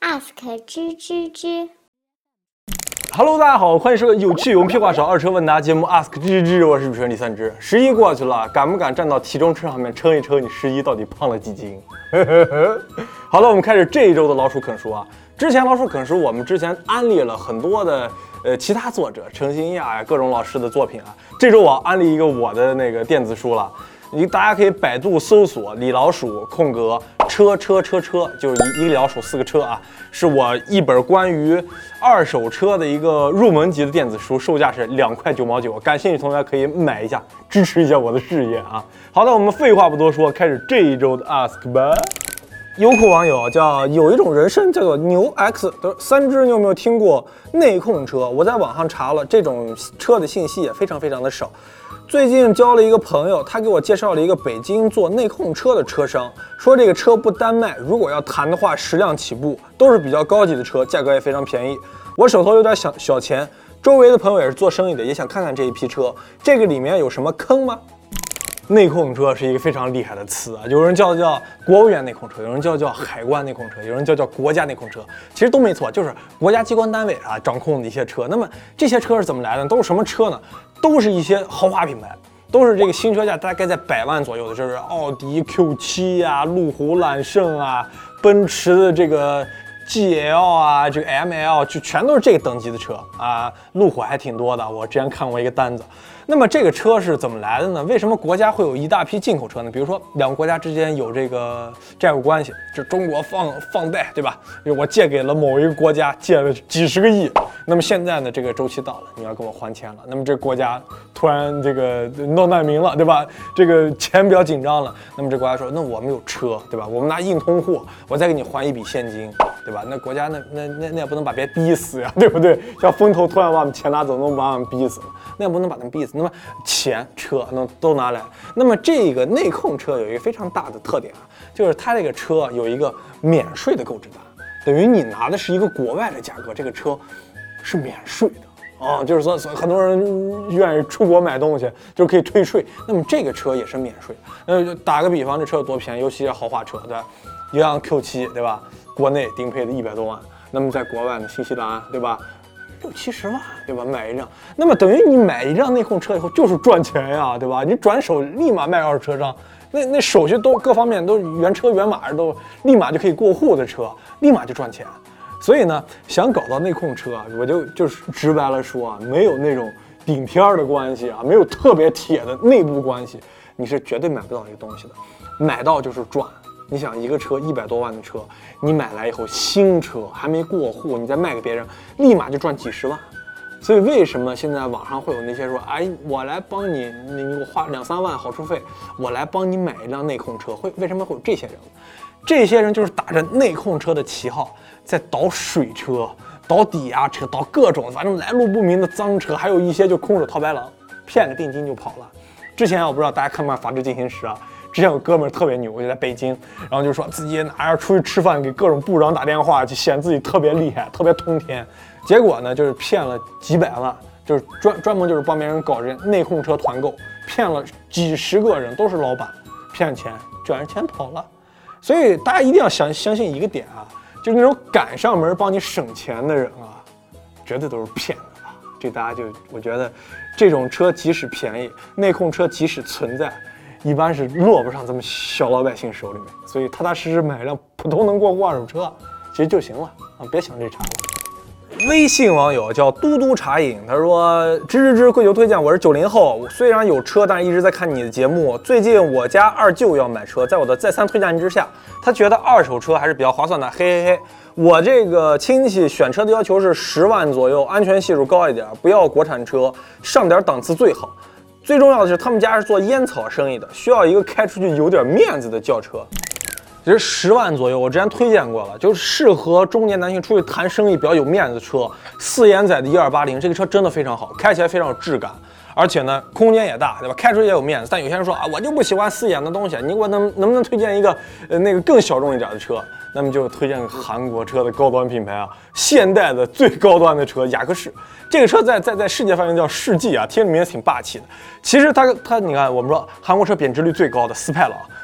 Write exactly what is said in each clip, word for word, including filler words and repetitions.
ask 吱吱吱。 Hello， 大家好，欢迎收看有趣有屁话少二车问答节目 Ask 吱吱吱，我是主持人李三只。十一过去了，敢不敢站到体重车上面称一称你十一到底胖了几斤？好了，我们开始这一周的老鼠啃书啊。之前老鼠啃书，我们之前安利了很多的呃其他作者，程新亚呀，各种老师的作品啊。这周我安利一个我的那个电子书了。你大家可以百度搜索李老鼠空格车车车车，就是一一个李老鼠四个车啊，是我一本关于二手车的一个入门级的电子书，售价是两块九毛九，感兴趣同学可以买一下，支持一下我的事业啊。好的，我们废话不多说，开始这一周的 Ask 吧。优酷网友叫有一种人参叫做牛 X， 三只，你有没有听过内控车？我在网上查了，这种车的信息也非常非常的少。最近交了一个朋友，他给我介绍了一个北京做内控车的车商，说这个车不单卖，如果要谈的话，十辆起步，都是比较高级的车，价格也非常便宜。我手头有点小小钱，周围的朋友也是做生意的，也想看看这一批车，这个里面有什么坑吗？内控车是一个非常厉害的词啊，有人叫叫国务院内控车，有人叫叫海关内控车，有人叫叫国家内控车，其实都没错，就是国家机关单位啊掌控的一些车。那么这些车是怎么来的？都是什么车呢？都是一些豪华品牌，都是这个新车价大概在百万左右的，就是奥迪 Q 七 啊，路虎揽胜啊，奔驰的这个 G L 啊，这个 M L 就全都是这个等级的车啊，路虎还挺多的，我之前看过一个单子。那么这个车是怎么来的呢？为什么国家会有一大批进口车呢？比如说两个国家之间有这个债务关系，这中国放放贷，对吧？我借给了某一个国家，借了几十个亿，那么现在呢，这个周期到了，你要跟我还钱了，那么这个国家突然这个闹难民了，对吧？这个钱比较紧张了，那么这国家说，那我们有车，对吧？我们拿硬通货，我再给你还一笔现金，对吧？那国家那那那那也不能把别人逼死呀，对不对？像风投突然把我们钱拿走，能把我们逼死了，那也不能把他们逼死。那么钱、车能都拿来。那么这个内控车有一个非常大的特点啊，就是它这个车有一个免税的购置单，等于你拿的是一个国外的价格，这个车是免税的啊，就是说很多人愿意出国买东西就可以退税，那么这个车也是免税。那就打个比方，这车有多便宜？尤其是豪华车，对吧？一辆 Q 七，对吧？国内顶配的一百多万，那么在国外呢，新西兰，对吧？六七十万，对吧？买一辆，那么等于你买一辆内控车以后就是赚钱呀，对吧？你转手立马卖二手车商，那那手续都各方面都原车原码都立马就可以过户的车，立马就赚钱。所以呢，想搞到内控车啊，我就就是直白来说啊，没有那种顶天的关系啊，没有特别铁的内部关系，你是绝对买不到这个东西的。买到就是赚。你想一个车一百多万的车，你买来以后新车还没过户，你再卖给别人，立马就赚几十万。所以为什么现在网上会有那些说，哎，我来帮你，你你给我花两三万好处费，我来帮你买一辆内控车，会为什么会有这些人？这些人就是打着内控车的旗号，在倒水车、倒抵押车、倒各种反正来路不明的脏车，还有一些就空手套白狼，骗个定金就跑了。之前我不知道大家看没看《法制进行时》啊？之前有哥们儿特别牛，就在北京，然后就说自己哪儿出去吃饭，给各种部长打电话，就显自己特别厉害，特别通天。结果呢，就是骗了几百万，就是专专门就是帮别人搞这内控车团购，骗了几十个人，都是老板，骗钱，卷着钱跑了。所以大家一定要相相信一个点啊，就是那种赶上门帮你省钱的人啊，绝对都是骗子啊。这大家就我觉得，这种车即使便宜，内控车即使存在，一般是落不上咱们小老百姓手里面，所以踏踏实实买一辆普通能过户二手车，其实就行了啊，别想这茬了。微信网友叫嘟嘟茶饮，他说：“吱吱吱，跪求推荐，我是九零后，虽然有车，但是一直在看你的节目。最近我家二舅要买车，在我的再三推荐之下，他觉得二手车还是比较划算的。嘿嘿嘿，我这个亲戚选车的要求是十万左右，安全系数高一点，不要国产车，上点档次最好。最重要的是，他们家是做烟草生意的，需要一个开出去有点面子的轿车。”其实十万左右，我之前推荐过了，就是适合中年男性出去谈生意比较有面子的车。四眼仔的一二八零，这个车真的非常好，开起来非常有质感，而且呢空间也大，对吧？开出去也有面子。但有些人说啊，我就不喜欢四眼的东西，你给我能能不能推荐一个呃那个更小众一点的车？那么就推荐个韩国车的高端品牌啊，现代的最高端的车雅克士。这个车在在在世界范围叫世纪啊，听着名字挺霸气的。其实它它你看，我们说韩国车贬值率最高的斯派朗。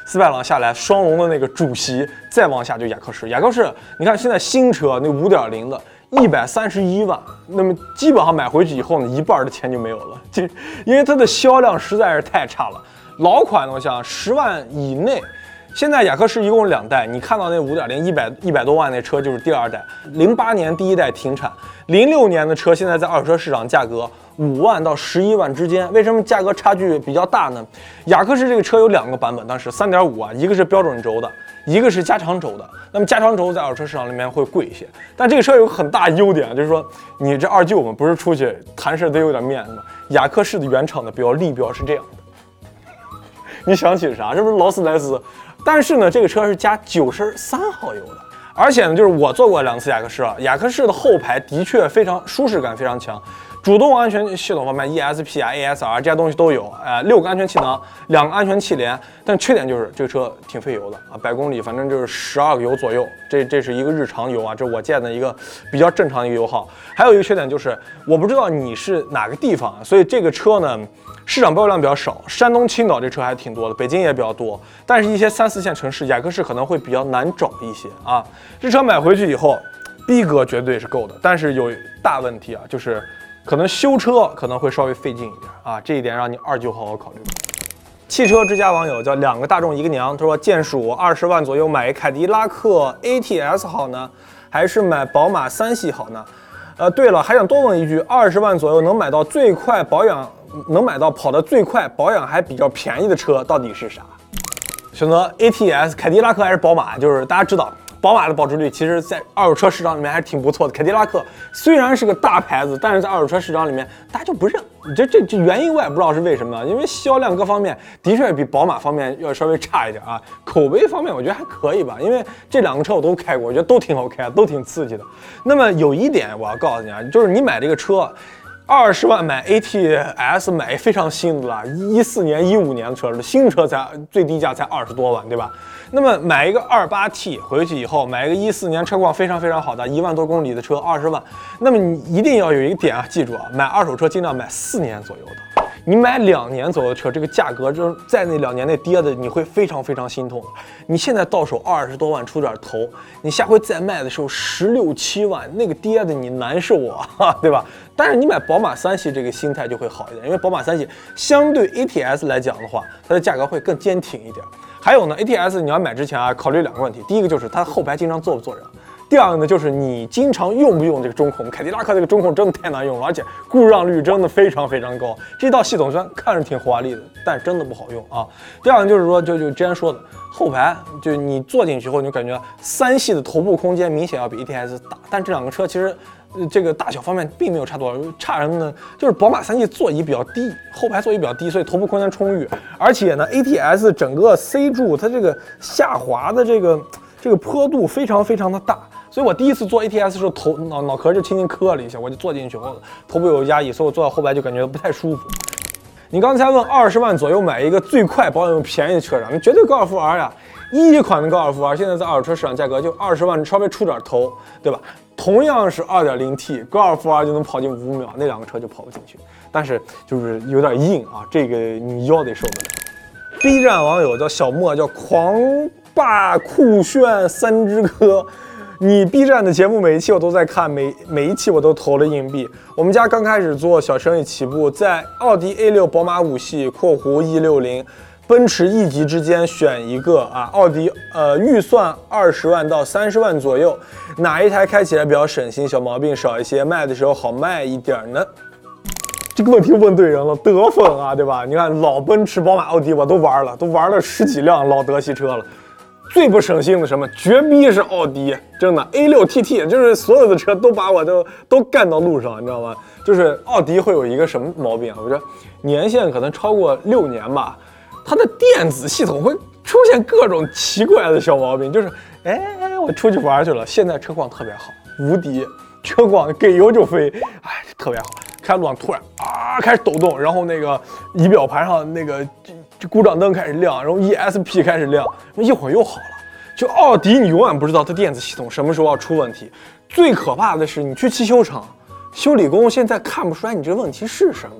斯派朗下来，双龙的那个主席，再往下就雅克士。雅克士，你看现在新车那 五点零 的，一百三十一万，那么基本上买回去以后呢，一半的钱就没有了，就因为它的销量实在是太差了。老款呢，我想十万以内。现在雅克士一共两代，你看到那 五点零 一百一百多万那车就是第二代，零八年第一代停产，零六年的车现在在二手车市场价格五万到十一万之间。为什么价格差距比较大呢？雅克士这个车有两个版本，当时 三点五 啊，一个是标准轴的，一个是加长轴的。那么加长轴在二手车市场里面会贵一些，但这个车有个很大优点，就是说你这二舅们不是出去谈事得有点面子吗？雅克士的原厂的标立标是这样的，你想起啥？这不是劳斯莱斯？但是呢，这个车是加九十三号油的，而且呢，就是我坐过两次雅克士了，雅克士的后排的确非常舒适感非常强，主动安全系统方面 E S P 啊、A S R 这些东西都有，呃，六个安全气囊，两个安全气帘，但缺点就是这个车挺费油的啊，百公里反正就是十二个油左右，这这是一个日常油啊，这我见的一个比较正常的一个油耗。还有一个缺点就是，我不知道你是哪个地方，所以这个车呢。市场保有量比较少，山东青岛这车还挺多的，北京也比较多，但是一些三四线城市雅克士可能会比较难找一些啊。这车买回去以后，逼格绝对是够的，但是有大问题啊，就是可能修车可能会稍微费劲一点啊，这一点让你二舅好好考虑。汽车之家网友叫两个大众一个娘，他说建属二十万左右买凯迪拉克 A T S 好呢，还是买宝马三系好呢？呃，对了，还想多问一句，二十万左右能买到最快保养。能买到跑得最快、保养还比较便宜的车到底是啥？选择 A T S、凯迪拉克还是宝马？就是大家知道，宝马的保值率其实在二手车市场里面还是挺不错的。凯迪拉克虽然是个大牌子，但是在二手车市场里面大家就不认。这这这原因我也不知道是为什么，因为销量各方面的确比宝马方面要稍微差一点啊。口碑方面我觉得还可以吧，因为这两个车我都开过，我觉得都挺好开，都挺刺激的。那么有一点我要告诉你啊，就是你买这个车。二十万买 A T S 买非常新的了，一四年、一五年的车了，新车才最低价才二十多万，对吧？那么买一个二八 T 回去以后，买一个一四年车况非常非常好的一万多公里的车，二十万。那么你一定要有一个点啊，记住啊，买二手车尽量买四年左右的。你买两年左右的车，这个价格就是在那两年内跌的，你会非常非常心痛的。你现在到手二十多万出点头，你下回再卖的时候十六七万，那个跌的你难受啊，对吧？但是你买宝马三系这个心态就会好一点，因为宝马三系相对 A T S 来讲的话，它的价格会更坚挺一点。还有呢 ，A T S 你要买之前啊，考虑两个问题，第一个就是它后排经常坐不坐人。第二个呢，就是你经常用不用这个中控？凯迪拉克这个中控真的太难用了，而且故障率真的非常非常高。这套系统虽然看着挺华丽的，但真的不好用啊。第二个就是说，就就之前说的，后排就你坐进去后，你就感觉三系的头部空间明显要比 A T S 大，但这两个车其实。这个大小方面并没有差多少，差什么呢？就是宝马三系座椅比较低，后排座椅比较低，所以头部空间充裕。而且呢 ，A T S 整个 C 柱它这个下滑的这个这个坡度非常非常的大，所以我第一次坐 A T S 的时候，头脑脑壳就轻轻磕了一下，我就坐进去后，头部有压抑，所以我坐到后排就感觉不太舒服。你刚才问二十万左右买一个最快保养又便宜的车啥？那绝对高尔夫 R 呀！一款的高尔夫 R 现在在二手车市场价格就二十万，稍微出点头，对吧？同样是 二点零 T， 高尔夫 R 就能跑进五秒，那两个车就跑不进去。但是就是有点硬啊，这个你腰得受得了。B 站网友叫小莫，叫狂霸酷炫三只哥。你 B 站的节目每一期我都在看，每每一期我都投了硬币。我们家刚开始做小生意起步，在奥迪 A 六、宝马五系（括弧 E 六零）。奔驰 E 级之间选一个啊，奥迪呃预算二十万到三十万左右，哪一台开起来比较省心，小毛病少一些，卖的时候好卖一点呢？这个问题问对人了，德粉啊，对吧？你看老奔驰、宝马、奥迪我都玩了，都玩了十几辆老德系车了。最不省心的什么，绝逼是奥迪，真的 A 六 T T， 就是所有的车都把我都都干到路上，你知道吗？就是奥迪会有一个什么毛病啊？我觉得年限可能超过六年吧。它的电子系统会出现各种奇怪的小毛病，就是，哎，我出去玩去了，现在车况特别好，无敌，车况给油就飞，哎，特别好。开路上突然啊开始抖动，然后那个仪表盘上那个故障灯开始亮，然后 E S P 开始亮，一会儿又好了。就奥迪，你永远不知道它电子系统什么时候要出问题。最可怕的是，你去汽修厂，修理工现在看不出来你这个问题是什么。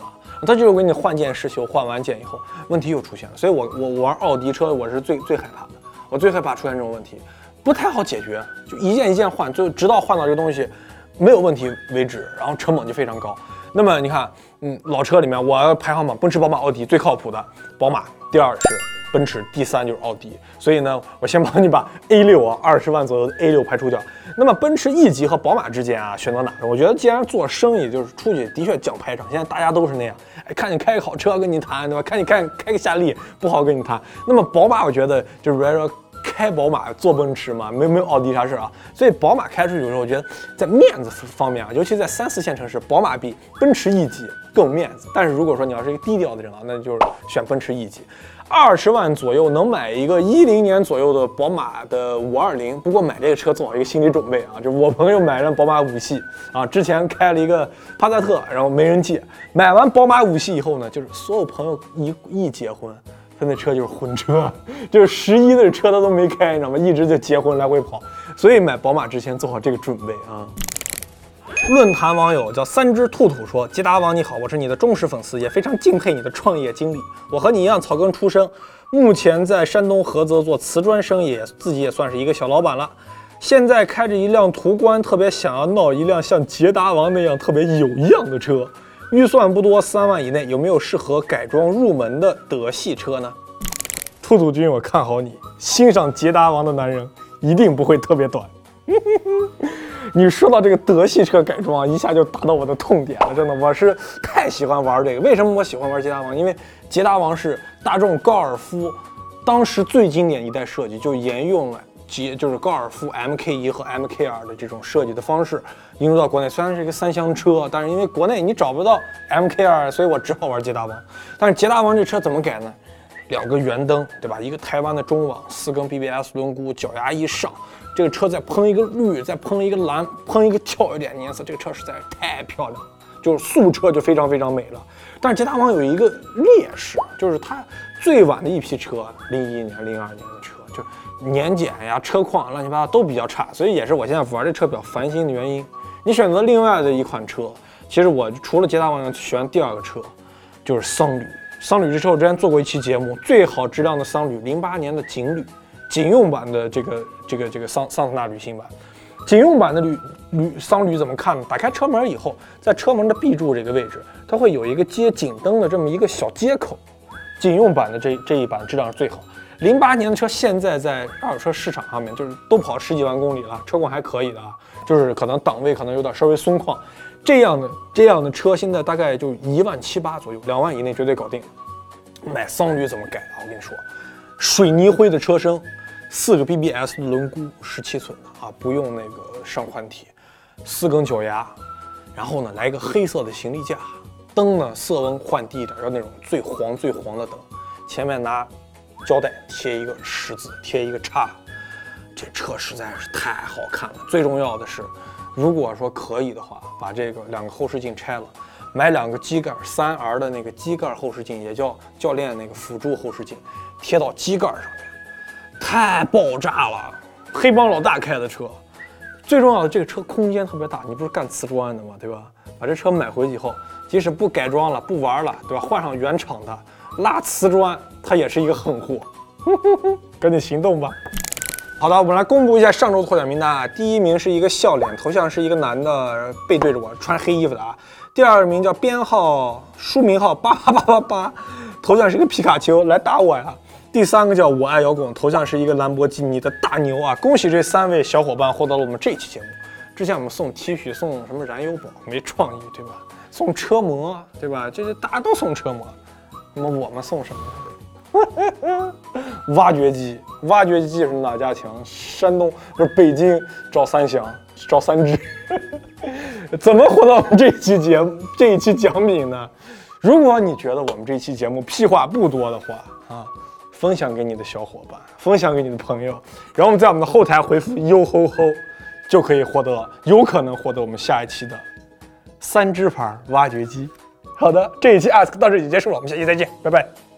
它就是给你换件试修，换完件以后问题又出现了。所以我我我玩奥迪车我是最最害怕的，我最害怕出现这种问题，不太好解决，就一件一件换，就直到换到这个东西没有问题为止，然后成本就非常高。那么你看，嗯，老车里面我排行榜，奔驰、宝马、奥迪最靠谱的，宝马第二是奔驰，第三就是奥迪。所以呢，我先帮你把 A 六啊，二十万左右的 A 六排除掉。那么奔驰 E 级和宝马之间啊，选择哪个？我觉得既然做生意，就是出去的确讲排场，现在大家都是那样。哎，看你开个好车跟你谈，对吧？看你开开个夏利不好跟你谈。那么宝马，我觉得就是来说。开宝马坐奔驰嘛，没没有奥迪啥事啊，所以宝马开出去有时候我觉得在面子方面啊，尤其在三四线城市，宝马比奔驰 E 级更有面子。但是如果说你要是一个低调的人啊，那就是选奔驰 E 级，二十万左右能买一个一零年左右的宝马的五二零。不过买这个车做好一个心理准备啊，就我朋友买了宝马五系啊，之前开了一个帕萨特，然后没人借，买完宝马五系以后呢，就是所有朋友一一结婚。他那车就是婚车，就是十一的车他都没开，你知道吗？一直就结婚来回跑，所以买宝马之前做好这个准备啊。论坛网友叫三只兔兔说：“捷达王你好，我是你的忠实粉丝，也非常敬佩你的创业经历。我和你一样草根出身，目前在山东菏泽做瓷砖生意，自己也算是一个小老板了。现在开着一辆途观，特别想要闹一辆像捷达王那样特别有样的车。”预算不多，三万以内，有没有适合改装入门的德系车呢？兔兔君，我看好你，欣赏捷达王的男人一定不会特别短。你说到这个德系车改装，一下就打到我的痛点了，真的，我是太喜欢玩这个。为什么我喜欢玩捷达王？因为捷达王是大众高尔夫当时最经典一代设计，就沿用了。就是高尔夫 M K 一和 M K 二的这种设计的方式引入到国内，虽然是一个三厢车，但是因为国内你找不到 M K 二，所以我只好玩捷达王。但是捷达王这车怎么改呢？两个圆灯，对吧？一个台湾的中网，四根 B B S 轮毂，脚牙一上，这个车再喷一个绿，再喷一个蓝，喷一个跳一点颜色，这个车实在是太漂亮了，就是素车就非常非常美了。但是捷达王有一个劣势，就是它最晚的一批车，零一年、零二年的车就。年检呀、车况乱七八糟都比较差，所以也是我现在玩这车比较烦心的原因。你选择另外的一款车，其实我除了捷达王喜欢第二个车，就是桑旅。桑旅这车我之前做过一期节目，最好质量的桑旅，零八年的景旅，警用版的这个这个这个桑桑塔纳旅行版。警用版的旅旅桑旅怎么看呢？打开车门以后，在车门的 B 柱这个位置，它会有一个接警灯的这么一个小接口。警用版的这这一版质量是最好。零八年的车现在在二手车市场上面就是都跑十几万公里了，车况还可以的啊，就是可能档位可能有点稍微松旷，这样的这样的车现在大概就一万七八左右，两万以内绝对搞定。买桑旅怎么改的？我跟你说，水泥灰的车身，四个 B B S 的轮毂，十七寸的啊，不用那个上宽体，四根脚牙，然后呢来一个黑色的行李架，灯呢色温换低一点，要那种最黄最黄的灯，前面拿。胶带贴一个十字，贴一个叉，这车实在是太好看了。最重要的是，如果说可以的话，把这个两个后视镜拆了，买两个机盖三 R 的那个机盖后视镜，也叫教练那个辅助后视镜，贴到机盖上面，太爆炸了！黑帮老大开的车，最重要的这个车空间特别大，你不是干瓷砖的吗？对吧？把这车买回去以后，即使不改装了，不玩了，对吧？换上原厂的。拉瓷砖，它也是一个狠货，赶紧行动吧！好的，我们来公布一下上周获奖名单啊。第一名是一个笑脸，头像是一个男的背对着我，穿黑衣服的啊。第二名叫编号书名号八八八八八，头像是一个皮卡丘，来打我呀！第三个叫我爱摇滚，头像是一个兰博基尼的大牛啊！恭喜这三位小伙伴获得了我们这期节目。之前我们送 T 恤，送什么燃油宝，没创意对吧？送车模对吧？这些大家都送车模。那么我们送什么？挖掘机，挖掘机技术哪家强？山东不是北京赵三祥，赵三只，怎么获得我们这一期节目这一期奖品呢？如果你觉得我们这期节目屁话不多的话啊，分享给你的小伙伴，分享给你的朋友，然后我们在我们的后台回复哟吼吼，就可以获得，有可能获得我们下一期的三只牌挖掘机。好的，这一期 ask 到这里结束了，我们下期再见，拜拜。